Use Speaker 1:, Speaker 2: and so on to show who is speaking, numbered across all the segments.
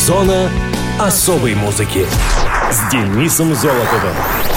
Speaker 1: Зона особой музыки с Денисом Золотовым.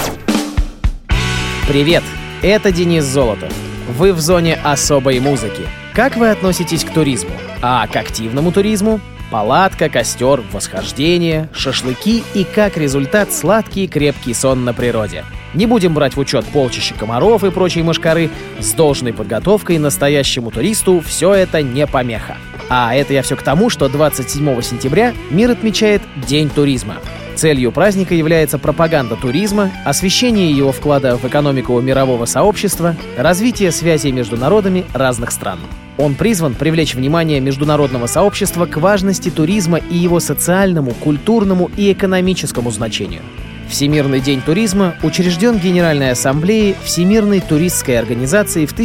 Speaker 2: Привет, это Денис Золотов. Вы в зоне особой музыки. Как вы относитесь к туризму? А к активному туризму? Палатка, костер, восхождение, шашлыки и, как результат, сладкий крепкий сон на природе. Не будем брать в учет полчища комаров и прочей мошкары. С должной подготовкой настоящему туристу все это не помеха. А это я все к тому, что 27 сентября мир отмечает День туризма. Целью праздника является пропаганда туризма, освещение его вклада в экономику мирового сообщества, развитие связей между народами разных стран. Он призван привлечь внимание международного сообщества к важности туризма и его социальному, культурному и экономическому значению. Всемирный день туризма учрежден Генеральной Ассамблеей Всемирной туристской организации в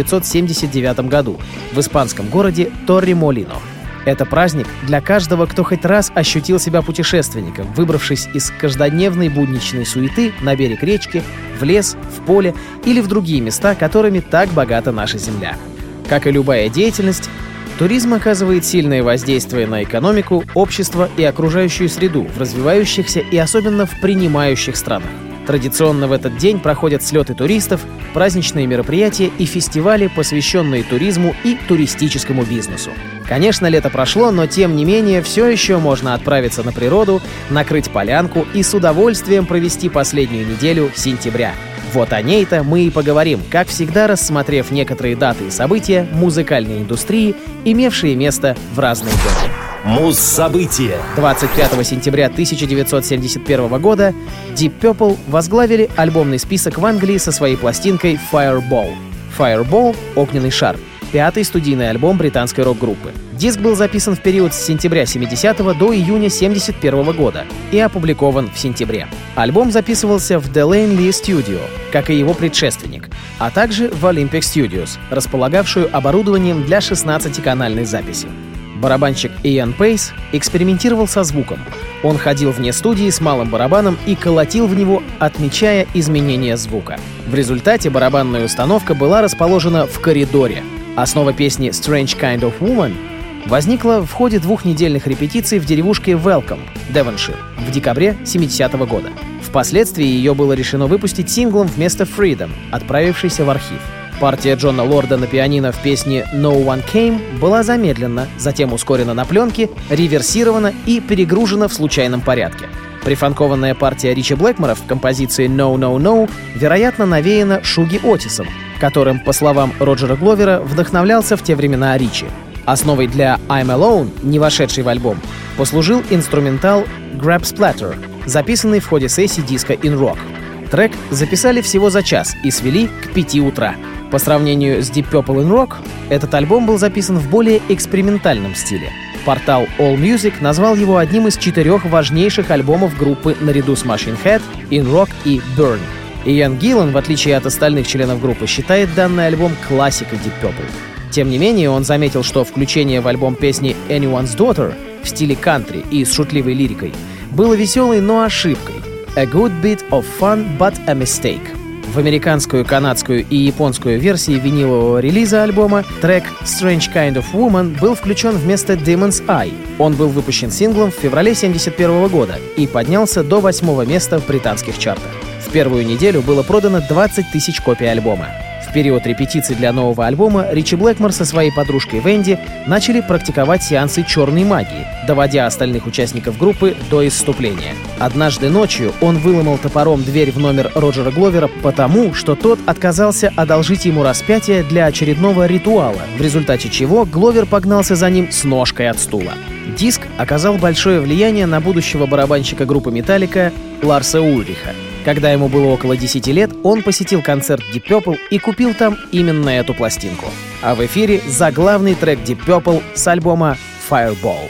Speaker 2: 1979 году в испанском городе Торремолино. Это праздник для каждого, кто хоть раз ощутил себя путешественником, выбравшись из каждодневной будничной суеты на берег речки, в лес, в поле или в другие места, которыми так богата наша земля. Как и любая деятельность, туризм оказывает сильное воздействие на экономику, общество и окружающую среду в развивающихся и особенно в принимающих странах. Традиционно в этот день проходят слеты туристов, праздничные мероприятия и фестивали, посвященные туризму и туристическому бизнесу. Конечно, лето прошло, но тем не менее все еще можно отправиться на природу, накрыть полянку и с удовольствием провести последнюю неделю сентября. Вот о ней-то мы и поговорим, как всегда рассмотрев некоторые даты и события музыкальной индустрии, имевшие место в разные годы.
Speaker 1: Муз-события.
Speaker 2: 25 сентября 1971 года Deep Purple возглавили альбомный список в Англии со своей пластинкой Fireball. Fireball — «Огненный шар», пятый студийный альбом британской рок-группы. Диск был записан в период с сентября 70-го до июня 71 года и опубликован в сентябре. Альбом записывался в The Lane Lee Studio, как и его предшественник, а также в Olympic Studios, располагавшую оборудованием для 16-канальной записи. Барабанщик Иан Пейс экспериментировал со звуком. Он ходил вне студии с малым барабаном и колотил в него, отмечая изменения звука. В результате барабанная установка была расположена в коридоре. Основа песни «Strange Kind of Woman» возникла в ходе двухнедельных репетиций в деревушке Welcome, Девоншир, в декабре 70-го года. Впоследствии ее было решено выпустить синглом вместо «Freedom», отправившейся в архив. Партия Джона Лорда на пианино в песне «No One Came» была замедлена, затем ускорена на пленке, реверсирована и перегружена в случайном порядке. Прифанкованная партия Ричи Блэкмора в композиции «No, No, No» вероятно навеяна Шуги Отисом, которым, по словам Роджера Гловера, вдохновлялся в те времена Ричи. Основой для «I'm Alone», не вошедший в альбом, послужил инструментал «Grab Splatter», записанный в ходе сессии диска «In Rock». Трек записали всего за час и свели к 5 утра. По сравнению с Deep Purple in Rock, этот альбом был записан в более экспериментальном стиле. Портал AllMusic назвал его одним из 4 важнейших альбомов группы наряду с Machine Head, In Rock и Burn. Иан Гиллан, в отличие от остальных членов группы, считает данный альбом классикой Deep Purple. Тем не менее, он заметил, что включение в альбом песни «Anyone's Daughter» в стиле кантри и с шутливой лирикой было веселой, но ошибкой. «A good bit of fun, but a mistake». В американскую, канадскую и японскую версии винилового релиза альбома трек «Strange Kind of Woman» был включен вместо «Demon's Eye». Он был выпущен синглом в феврале 1971 года и поднялся до 8-го места в британских чартах. В первую неделю было продано 20 тысяч копий альбома. В период репетиций для нового альбома Ричи Блэкмор со своей подружкой Венди начали практиковать сеансы черной магии, доводя остальных участников группы до исступления. Однажды ночью он выломал топором дверь в номер Роджера Гловера потому, что тот отказался одолжить ему распятие для очередного ритуала, в результате чего Гловер погнался за ним с ножкой от стула. Диск оказал большое влияние на будущего барабанщика группы «Металлика» Ларса Ульриха. Когда ему было около 10 лет, он посетил концерт Deep Purple и купил там именно эту пластинку. А в эфире заглавный трек Deep Purple с альбома Fireball.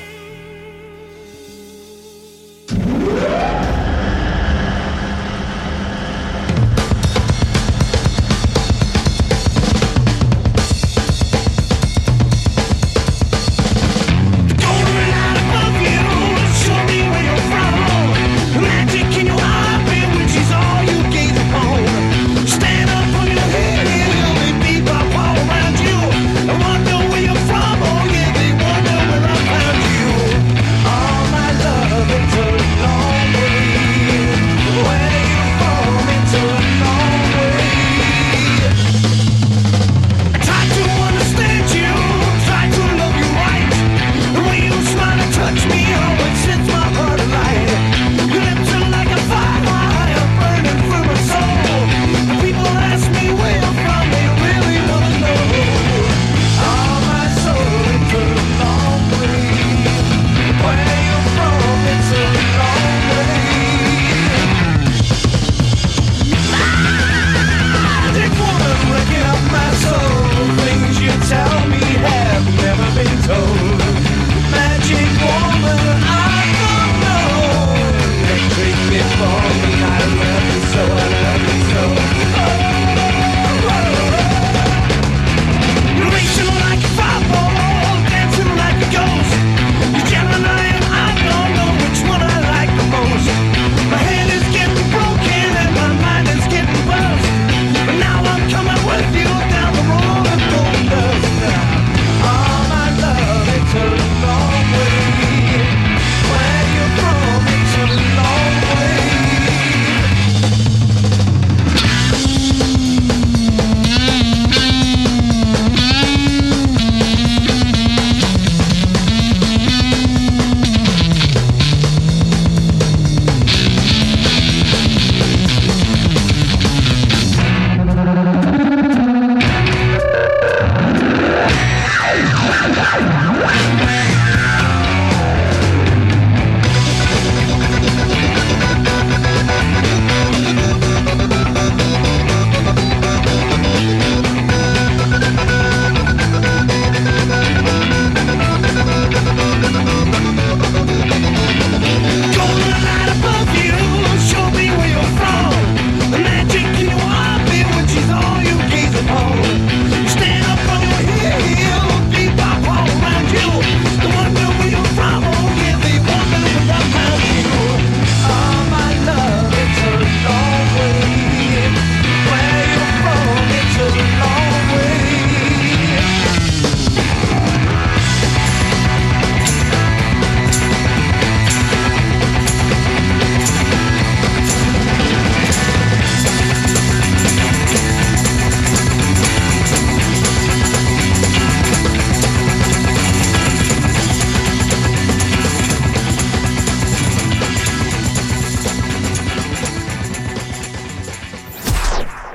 Speaker 3: Wonder where you're from, oh yeah, they wonder where I found you.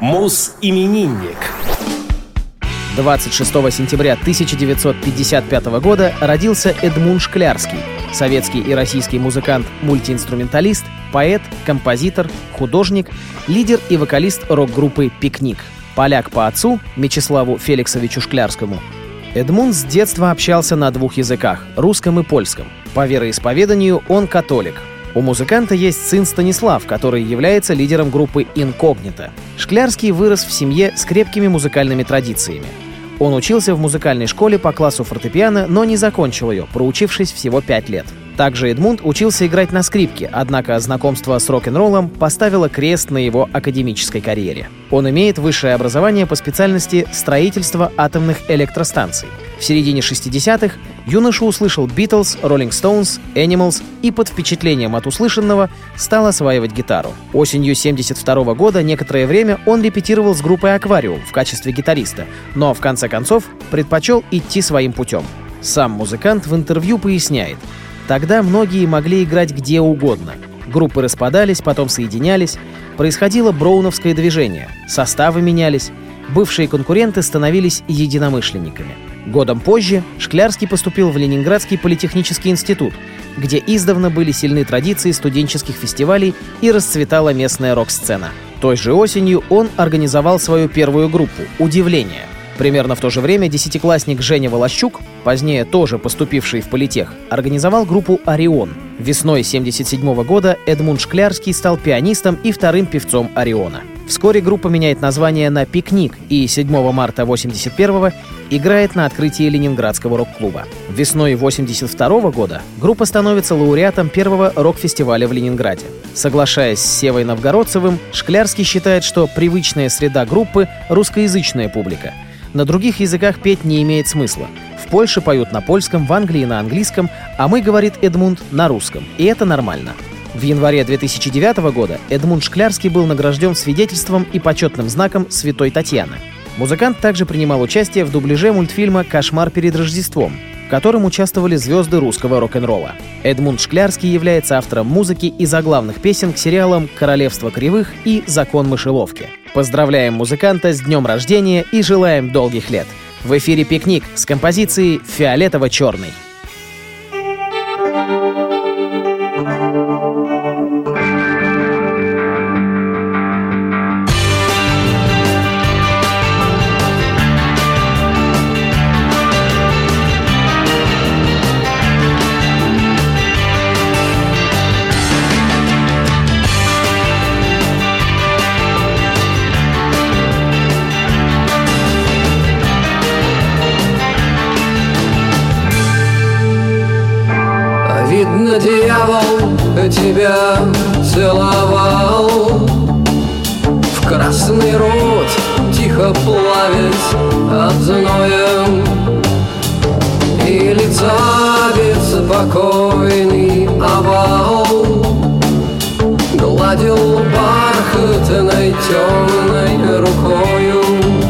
Speaker 1: Муз-именинник.
Speaker 2: 26 сентября 1955 года родился Эдмунд Шклярский, советский и российский музыкант, мультиинструменталист, поэт, композитор, художник, лидер и вокалист рок-группы «Пикник». Поляк по отцу, Мечиславу Феликсовичу Шклярскому, Эдмунд с детства общался на двух языках — русском и польском. По вероисповеданию он католик. У музыканта есть сын Станислав, который является лидером группы «Инкогнито». Шклярский вырос в семье с крепкими музыкальными традициями. Он учился в музыкальной школе по классу фортепиано, но не закончил ее, проучившись всего 5 лет. Также Эдмунд учился играть на скрипке, однако знакомство с рок-н-роллом поставило крест на его академической карьере. Он имеет высшее образование по специальности строительства атомных электростанций. В середине 60-х юноша услышал Beatles, Rolling Stones, Animals и под впечатлением от услышанного стал осваивать гитару. Осенью 1972 года некоторое время он репетировал с группой «Аквариум» в качестве гитариста, но в конце концов предпочел идти своим путем. Сам музыкант в интервью поясняет: «Тогда многие могли играть где угодно. Группы распадались, потом соединялись. Происходило броуновское движение. Составы менялись. Бывшие конкуренты становились единомышленниками». Годом позже Шклярский поступил в Ленинградский политехнический институт, где издавна были сильны традиции студенческих фестивалей и расцветала местная рок-сцена. Той же осенью он организовал свою первую группу «Удивление». Примерно в то же время десятиклассник Женя Волощук, позднее тоже поступивший в политех, организовал группу «Орион». Весной 1977 года Эдмунд Шклярский стал пианистом и вторым певцом «Ориона». Вскоре группа меняет название на «Пикник» и 7 марта 1981 играет на открытии Ленинградского рок-клуба. Весной 1982 года группа становится лауреатом первого рок-фестиваля в Ленинграде. Соглашаясь с Севой Новгородцевым, Шклярский считает, что привычная среда группы — русскоязычная публика. На других языках петь не имеет смысла. В Польше поют на польском, в Англии на английском, а мы, говорит Эдмунд, на русском. И это нормально. В январе 2009 года Эдмунд Шклярский был награжден свидетельством и почетным знаком Святой Татьяны. Музыкант также принимал участие в дубляже мультфильма «Кошмар перед Рождеством», в котором участвовали звезды русского рок-н-ролла. Эдмунд Шклярский является автором музыки и заглавных песен к сериалам «Королевство кривых» и «Закон мышеловки». Поздравляем музыканта с днем рождения и желаем долгих лет. В эфире «Пикник» с композицией «Фиолетово-черный».
Speaker 3: Видно, дьявол тебя целовал в красный рот, тихо плавясь от зноя, и лица беспокойный овал гладил бархатной темной рукою.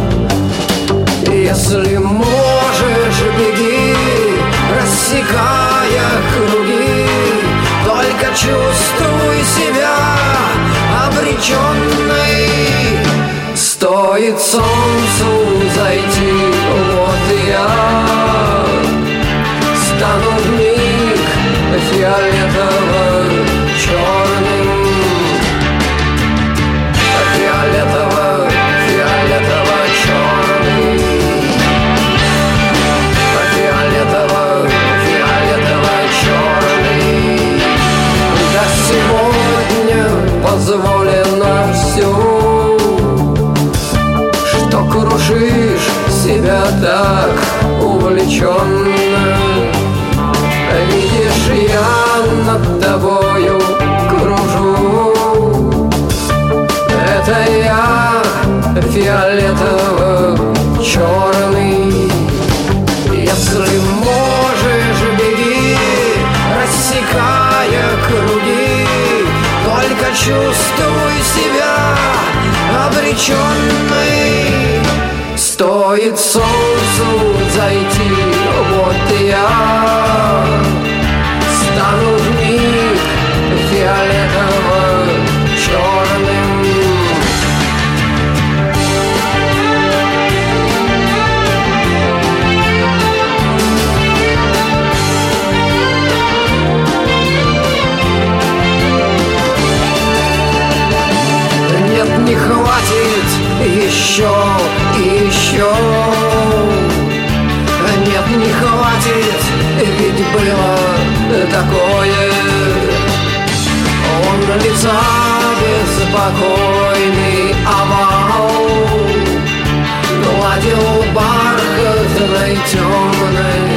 Speaker 3: Если можешь, беги, рассекая круги, только чувствуй себя обреченной. Стоит солнцу зайти, вот я стану вмиг фиолетово-черным. Фиолетово-черный. Сегодня позволено все, что крушишь себя так увлеченно. Видишь, я над тобою кружу. Это я фиолетово-черный. Если можешь, беги, рассекая круги, только чувствуй себя обреченной. Стоит солнцу зайти, вот я стану вмиг фиолетово-черным. было такое. Он лица беспокойный овал гладил бархатной темной,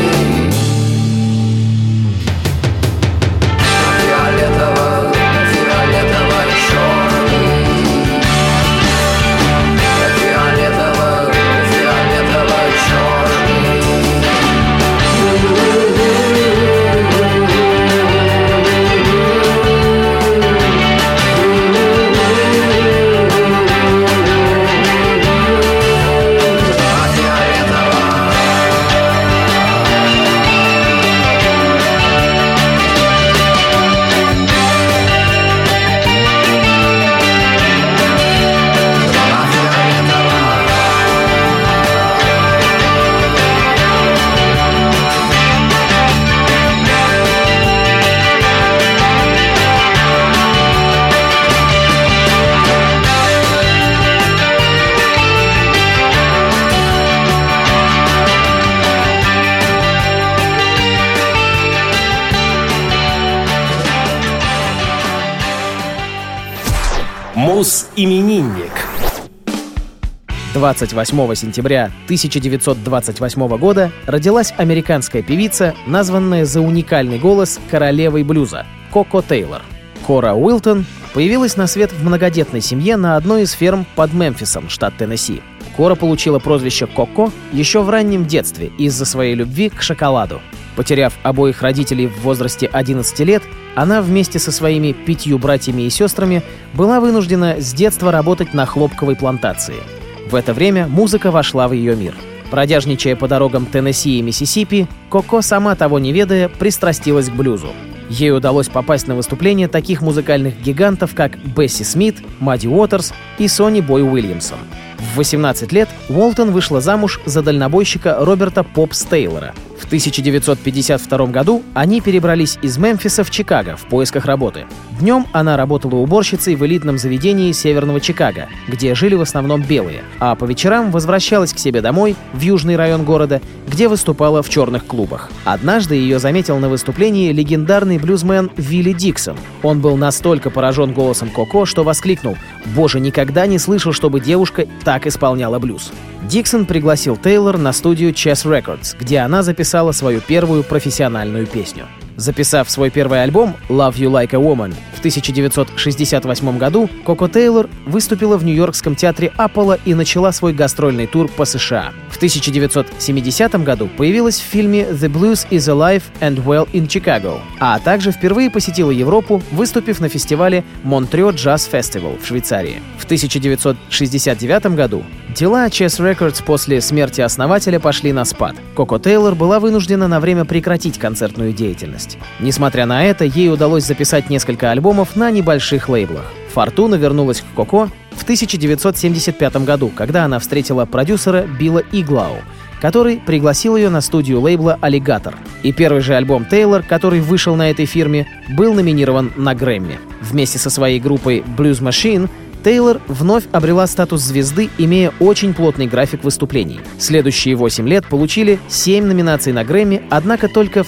Speaker 1: Муз-именинник.
Speaker 2: 28 сентября 1928 года родилась американская певица, названная за уникальный голос королевой блюза — Коко Тейлор. Кора Уилтон появилась на свет в многодетной семье на одной из ферм под Мемфисом, штат Теннесси. Кора получила прозвище Коко еще в раннем детстве из-за своей любви к шоколаду. Потеряв обоих родителей в возрасте 11 лет, она вместе со своими 5 братьями и сестрами была вынуждена с детства работать на хлопковой плантации. В это время музыка вошла в ее мир. Бродяжничая по дорогам Теннесси и Миссисипи, Коко, сама того не ведая, пристрастилась к блюзу. Ей удалось попасть на выступления таких музыкальных гигантов, как Бесси Смит, Мадди Уотерс и Сонни Бой Уильямсон. В 18 лет Уолтон вышла замуж за дальнобойщика Роберта Попс Тейлора. В 1952 году они перебрались из Мемфиса в Чикаго в поисках работы. Днем она работала уборщицей в элитном заведении Северного Чикаго, где жили в основном белые, а по вечерам возвращалась к себе домой, в южный район города, где выступала в черных клубах. Однажды ее заметил на выступлении легендарный блюзмен Вилли Диксон. Он был настолько поражен голосом Коко, что воскликнул: «Боже, никогда не слышал, чтобы девушка так исполняла блюз». Диксон пригласил Тейлор на студию Chess Records, где она записала свою первую профессиональную песню. Записав свой первый альбом «Love You Like a Woman» в 1968 году, Коко Тейлор выступила в Нью-Йоркском театре Аполло и начала свой гастрольный тур по США. В 1970 году появилась в фильме «The Blues is Alive and Well in Chicago», а также впервые посетила Европу, выступив на фестивале Монтрео Джаз Фестивал в Швейцарии. В 1969 году дела Chess Records после смерти основателя пошли на спад. Коко Тейлор была вынуждена на время прекратить концертную деятельность. Несмотря на это, ей удалось записать несколько альбомов на небольших лейблах. Фортуна вернулась к Коко в 1975 году, когда она встретила продюсера Билла Иглау, который пригласил ее на студию лейбла «Аллигатор». И первый же альбом Тейлор, который вышел на этой фирме, был номинирован на Грэмми. Вместе со своей группой Blues Machine Тейлор вновь обрела статус звезды, имея очень плотный график выступлений. Следующие 8 лет получили 7 номинаций на Грэмми, однако только в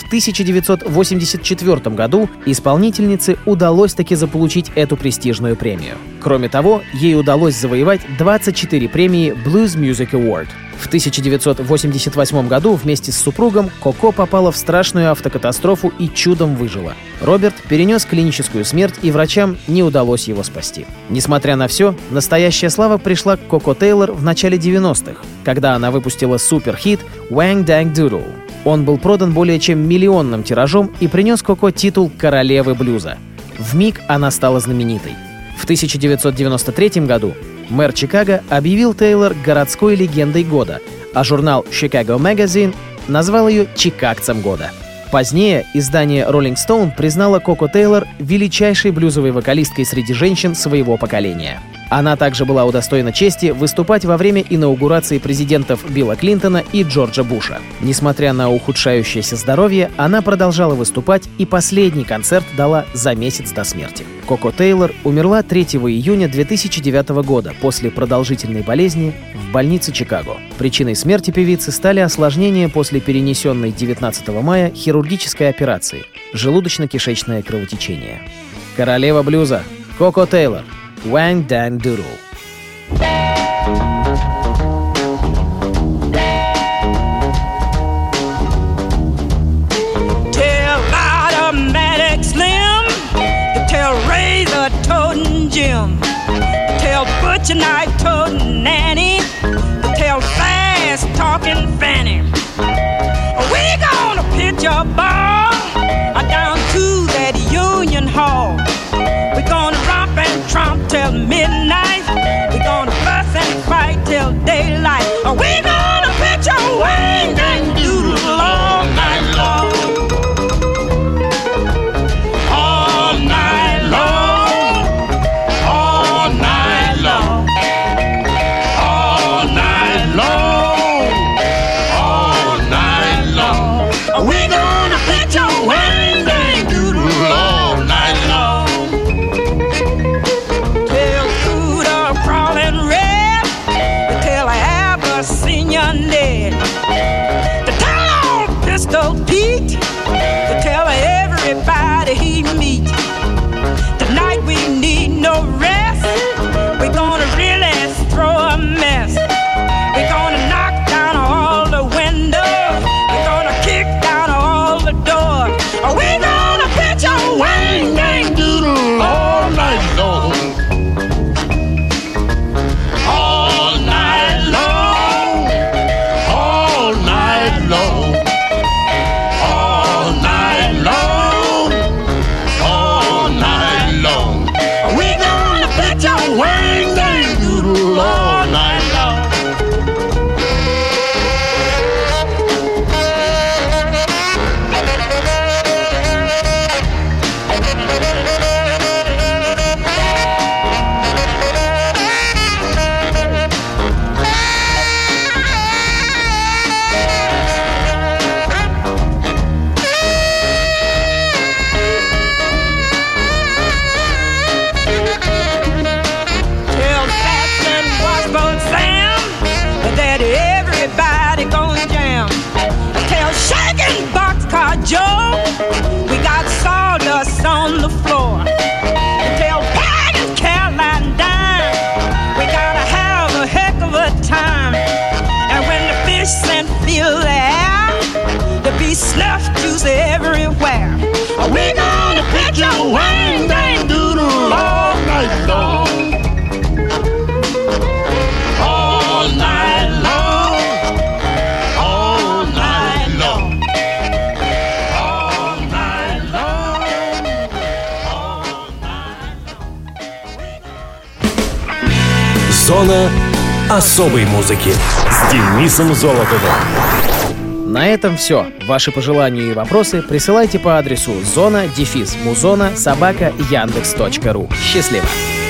Speaker 2: 1984 году исполнительнице удалось таки заполучить эту престижную премию. Кроме того, ей удалось завоевать 24 премии Blues Music Award. В 1988 году вместе с супругом Коко попала в страшную автокатастрофу и чудом выжила. Роберт перенес клиническую смерть, и врачам не удалось его спасти. Несмотря на все, настоящая слава пришла к Коко Тейлор в начале 90-х, когда она выпустила суперхит «Wang Dang Doodle». Он был продан более чем миллионным тиражом и принес Коко титул королевы блюза. Вмиг она стала знаменитой. В 1993 году мэр Чикаго объявил Тейлор городской легендой года, а журнал Chicago Magazine назвал ее «Чикагцем года». Позднее издание Rolling Stone признало Коко Тейлор величайшей блюзовой вокалисткой среди женщин своего поколения. Она также была удостоена чести выступать во время инаугурации президентов Билла Клинтона и Джорджа Буша. Несмотря на ухудшающееся здоровье, она продолжала выступать и последний концерт дала за месяц до смерти. Коко Тейлор умерла 3 июня 2009 года после продолжительной болезни в больнице Чикаго. Причиной смерти певицы стали осложнения после перенесенной 19 мая хирургической операции – желудочно-кишечное кровотечение. Королева блюза Коко Тейлор, Wang Dang Doodle.
Speaker 4: Jim, tell butcher knife toting Nanny, tell fast talking Fanny. We gonna pitch a ball down to that Union Hall. We gonna romp and tromp till midnight. We gonna fuss and fight till daylight. We gonna pitch a wing and doodle all night long. On the floor. Tell Peg and Caroline Dime we gotta have a heck of a time. And when the fish scent fill the air, there be snuff juice everywhere. We gonna pitch a wang dang doodle all night long. All night long. All night long.
Speaker 1: Зона особой музыки с Денисом Золотовым.
Speaker 2: На этом все. Ваши пожелания и вопросы присылайте по адресу zona-muzona@yandex.ru. Счастливо!